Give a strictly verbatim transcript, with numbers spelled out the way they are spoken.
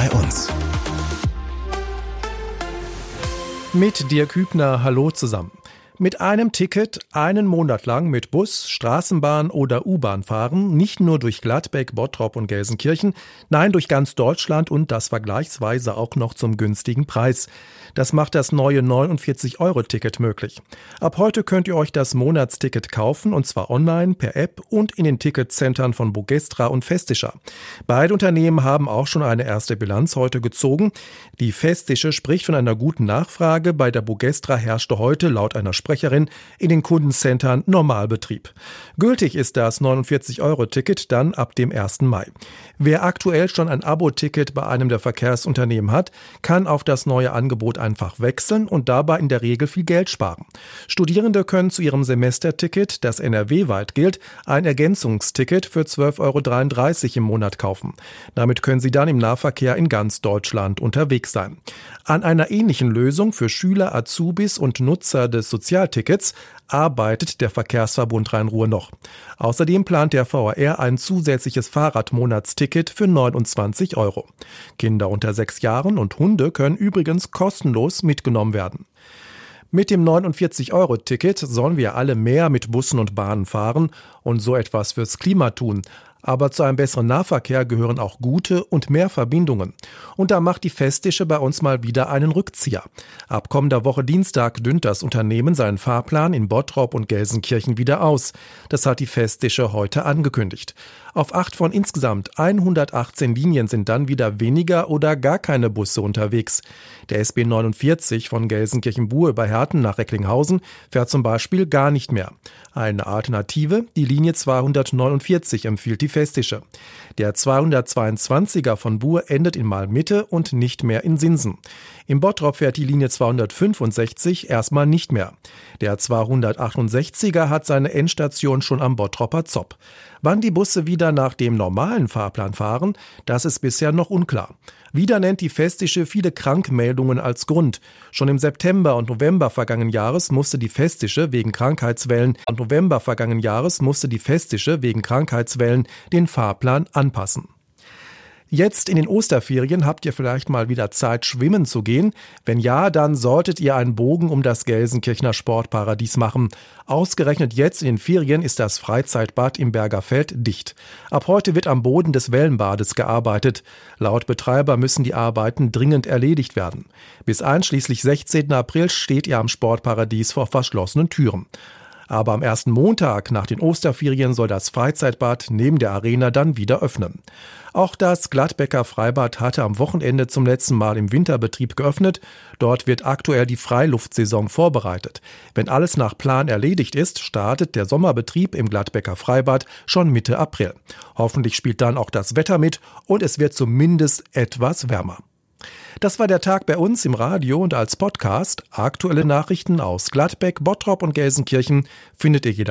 bei uns. Mit Dirk Hübner, hallo zusammen. Mit einem Ticket einen Monat lang mit Bus, Straßenbahn oder U-Bahn fahren, nicht nur durch Gladbeck, Bottrop und Gelsenkirchen, nein, durch ganz Deutschland und das vergleichsweise auch noch zum günstigen Preis. Das macht das neue neunundvierzig Euro Ticket möglich. Ab heute könnt ihr euch das Monatsticket kaufen, und zwar online, per App und in den Ticketzentren von Bogestra und Festischer. Beide Unternehmen haben auch schon eine erste Bilanz heute gezogen. Die Festische spricht von einer guten Nachfrage. Bei der Bogestra herrschte heute laut einer Sprecherin in den Kundencentern Normalbetrieb. Gültig ist das neunundvierzig Euro Ticket dann ab dem ersten Mai. Wer aktuell schon ein Abo-Ticket bei einem der Verkehrsunternehmen hat, kann auf das neue Angebot einfach wechseln und dabei in der Regel viel Geld sparen. Studierende können zu ihrem Semesterticket, das N R W-weit gilt, ein Ergänzungsticket für zwölf Euro dreiunddreißig im Monat kaufen. Damit können sie dann im Nahverkehr in ganz Deutschland unterwegs sein. An einer ähnlichen Lösung für Schüler, Azubis und Nutzer des Sozialtickets arbeitet der Verkehrsverbund Rhein-Ruhr noch. Außerdem plant der V R R ein zusätzliches Fahrradmonatsticket für neunundzwanzig Euro. Kinder unter sechs Jahren und Hunde können übrigens kostenlos mitgenommen werden. Mit dem neunundvierzig Euro Ticket sollen wir alle mehr mit Bussen und Bahnen fahren und so etwas fürs Klima tun. Aber zu einem besseren Nahverkehr gehören auch gute und mehr Verbindungen. Und da macht die Festische bei uns mal wieder einen Rückzieher. Ab kommender Woche Dienstag dünnt das Unternehmen seinen Fahrplan in Bottrop und Gelsenkirchen wieder aus. Das hat die Festische heute angekündigt. Auf acht von insgesamt hundertachtzehn Linien sind dann wieder weniger oder gar keine Busse unterwegs. Der S B neunundvierzig von Gelsenkirchen-Buhr über Herten nach Recklinghausen fährt zum Beispiel gar nicht mehr. Eine Alternative, die Linie zweihundertneunundvierzig, empfiehlt die Festische. Der zweihundertzweiundzwanziger von Buhr endet in Malmitte und nicht mehr in Sinsen. Im Bottrop fährt die Linie zweihundertfünfundsechzig erstmal nicht mehr. Der zweihundertachtundsechziger hat seine Endstation schon am Bottroper Zopp. Wann die Busse wieder nach dem normalen Fahrplan fahren, das ist bisher noch unklar. Wieder nennt die Festische viele Krankmeldungen als Grund. Schon im September und November vergangenen Jahres musste die Festische wegen Krankheitswellen und November vergangenen Jahres musste die Festische wegen Krankheitswellen den Fahrplan anpassen. Jetzt in den Osterferien habt ihr vielleicht mal wieder Zeit, schwimmen zu gehen. Wenn ja, dann solltet ihr einen Bogen um das Gelsenkirchener Sportparadies machen. Ausgerechnet jetzt in den Ferien ist das Freizeitbad im Bergerfeld dicht. Ab heute wird am Boden des Wellenbades gearbeitet. Laut Betreiber müssen die Arbeiten dringend erledigt werden. Bis einschließlich sechzehnten April steht ihr am Sportparadies vor verschlossenen Türen. Aber am ersten Montag nach den Osterferien soll das Freizeitbad neben der Arena dann wieder öffnen. Auch das Gladbecker Freibad hatte am Wochenende zum letzten Mal im Winterbetrieb geöffnet. Dort wird aktuell die Freiluftsaison vorbereitet. Wenn alles nach Plan erledigt ist, startet der Sommerbetrieb im Gladbecker Freibad schon Mitte April. Hoffentlich spielt dann auch das Wetter mit und es wird zumindest etwas wärmer. Das war der Tag bei uns im Radio und als Podcast. Aktuelle Nachrichten aus Gladbeck, Bottrop und Gelsenkirchen findet ihr jederzeit